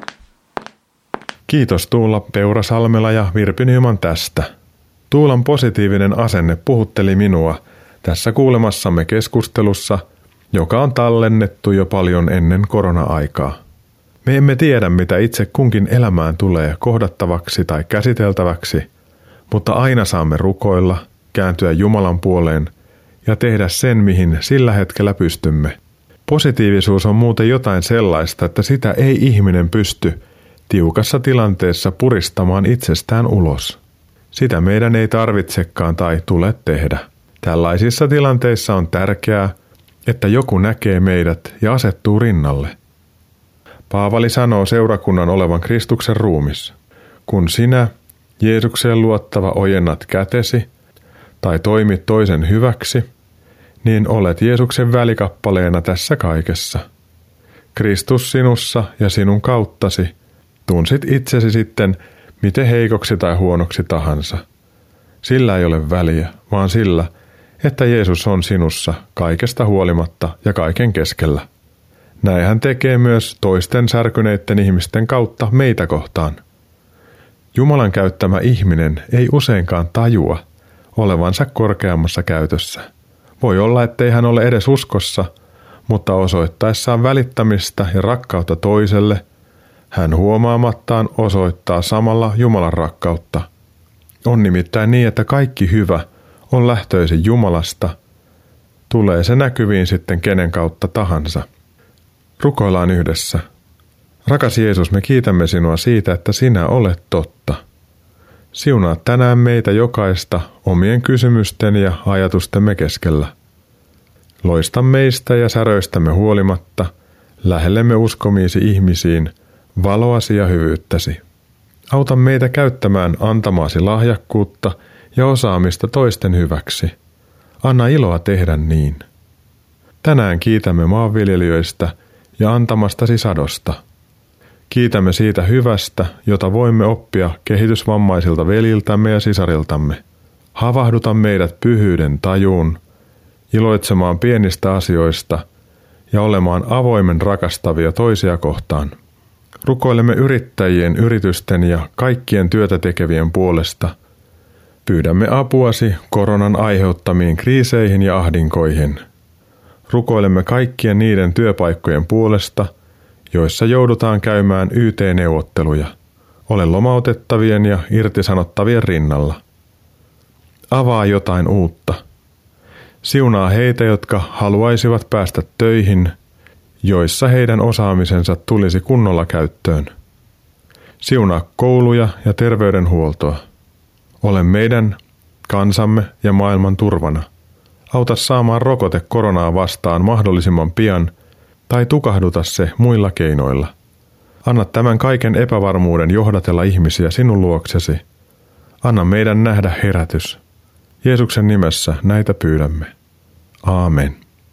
Kiitos Tuula Peurasalmela ja Virpi Nyman tästä. Tuulan positiivinen asenne puhutteli minua tässä kuulemassamme keskustelussa, joka on tallennettu jo paljon ennen korona-aikaa. Me emme tiedä, mitä itse kunkin elämään tulee kohdattavaksi tai käsiteltäväksi, mutta aina saamme rukoilla, kääntyä Jumalan puoleen ja tehdä sen, mihin sillä hetkellä pystymme. Positiivisuus on muuten jotain sellaista, että sitä ei ihminen pysty tiukassa tilanteessa puristamaan itsestään ulos. Sitä meidän ei tarvitsekaan tai tule tehdä. Tällaisissa tilanteissa on tärkeää, että joku näkee meidät ja asettuu rinnalle. Paavali sanoo seurakunnan olevan Kristuksen ruumis. Kun sinä, Jeesukseen luottava, ojennat kätesi tai toimit toisen hyväksi, niin olet Jeesuksen välikappaleena tässä kaikessa. Kristus sinussa ja sinun kauttasi tunsit itsesi sitten miten heikoksi tai huonoksi tahansa. Sillä ei ole väliä, vaan sillä, että Jeesus on sinussa kaikesta huolimatta ja kaiken keskellä. Näin hän tekee myös toisten särkyneiden ihmisten kautta meitä kohtaan. Jumalan käyttämä ihminen ei useinkaan tajua olevansa korkeammassa käytössä. Voi olla, ettei hän ole edes uskossa, mutta osoittaessaan välittämistä ja rakkautta toiselle, hän huomaamattaan osoittaa samalla Jumalan rakkautta. On nimittäin niin, että kaikki hyvä on lähtöisin Jumalasta, tulee se näkyviin sitten kenen kautta tahansa. Rukoillaan yhdessä. Rakas Jeesus, me kiitämme sinua siitä, että sinä olet totta. Siunaa tänään meitä jokaista omien kysymysten ja ajatustemme keskellä. Loista meistä ja säröistämme huolimatta, lähellemme uskomiisi ihmisiin, valoasi ja hyvyyttäsi. Auta meitä käyttämään antamaasi lahjakkuutta ja osaamista toisten hyväksi. Anna iloa tehdä niin. Tänään kiitämme maanviljelijöistä ja antamastasi sadosta. Kiitämme siitä hyvästä, jota voimme oppia kehitysvammaisilta veljiltämme ja sisariltamme. Havahduta meidät pyhyyden tajuun, iloitsemaan pienistä asioista ja olemaan avoimen rakastavia toisia kohtaan. Rukoilemme yrittäjien, yritysten ja kaikkien työtä tekevien puolesta. Pyydämme apuasi koronan aiheuttamiin kriiseihin ja ahdinkoihin. Rukoilemme kaikkien niiden työpaikkojen puolesta, joissa joudutaan käymään Y T-neuvotteluja. Ole lomautettavien ja irtisanottavien rinnalla. Avaa jotain uutta. Siunaa heitä, jotka haluaisivat päästä töihin, joissa heidän osaamisensa tulisi kunnolla käyttöön. Siunaa kouluja ja terveydenhuoltoa. Ole meidän, kansamme ja maailman turvana. Auta saamaan rokote koronaa vastaan mahdollisimman pian tai tukahduta se muilla keinoilla. Anna tämän kaiken epävarmuuden johdatella ihmisiä sinun luoksesi. Anna meidän nähdä herätys. Jeesuksen nimessä näitä pyydämme. Aamen.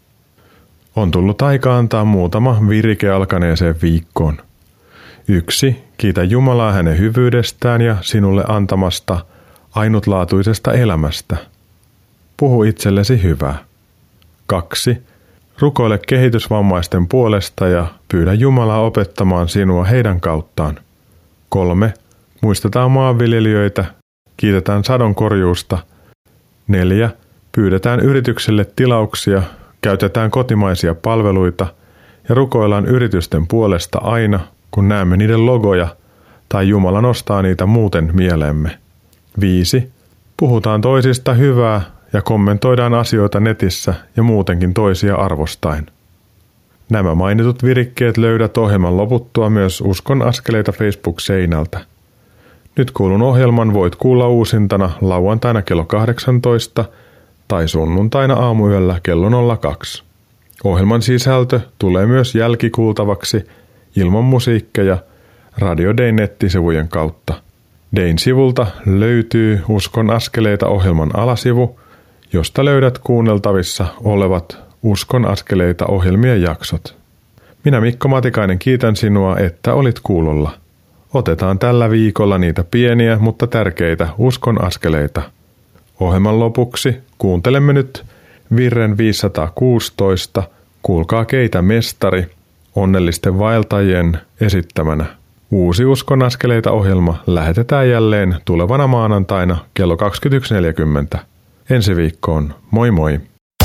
On tullut aika antaa muutama virike alkaneeseen viikkoon. Yksi, kiitä Jumalaa hänen hyvyydestään ja sinulle antamasta ainutlaatuisesta elämästä. Puhu itsellesi hyvää. Kaksi, rukoile kehitysvammaisten puolesta ja pyydä Jumalaa opettamaan sinua heidän kauttaan. Kolme, muistetaan maanviljelijöitä, kiitetään sadonkorjuusta. Neljä, pyydetään yritykselle tilauksia, käytetään kotimaisia palveluita ja rukoillaan yritysten puolesta aina, kun näemme niiden logoja tai Jumala nostaa niitä muuten mieleemme. Viisi, puhutaan toisista hyvää ja kommentoidaan asioita netissä ja muutenkin toisia arvostaen. Nämä mainitut virikkeet löydät ohjelman loputtua myös Uskon askeleita Facebook-seinältä. Nyt kuulun ohjelman voit kuulla uusintana lauantaina kello kahdeksantoista tai sunnuntaina aamuyöllä kello nolla kaksi. Ohjelman sisältö tulee myös jälkikuultavaksi ilman musiikkeja Radio Dayn nettisivujen kautta. Dayn sivulta löytyy Uskon askeleita ohjelman alasivu, josta löydät kuunneltavissa olevat Uskon askeleita ohjelmien jaksot. Minä Mikko Matikainen kiitän sinua, että olit kuulolla. Otetaan tällä viikolla niitä pieniä, mutta tärkeitä uskon askeleita. Ohjelman lopuksi kuuntelemme nyt virren viisisataakuusitoista, Kuulkaa keitä mestari, onnellisten vaeltajien esittämänä. Uusi Uskon askeleita -ohjelma lähetetään jälleen tulevana maanantaina kello kaksikymmentäyksi neljäkymmentä. Ensi viikkoon. Moi moi!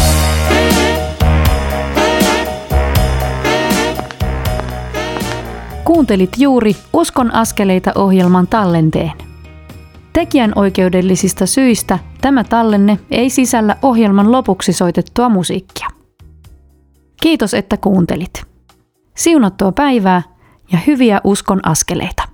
Kuuntelit juuri Uskon askeleita -ohjelman tallenteen. Tekijän oikeudellisista syistä tämä tallenne ei sisällä ohjelman lopuksi soitettua musiikkia. Kiitos, että kuuntelit. Siunattua päivää ja hyviä uskon askeleita.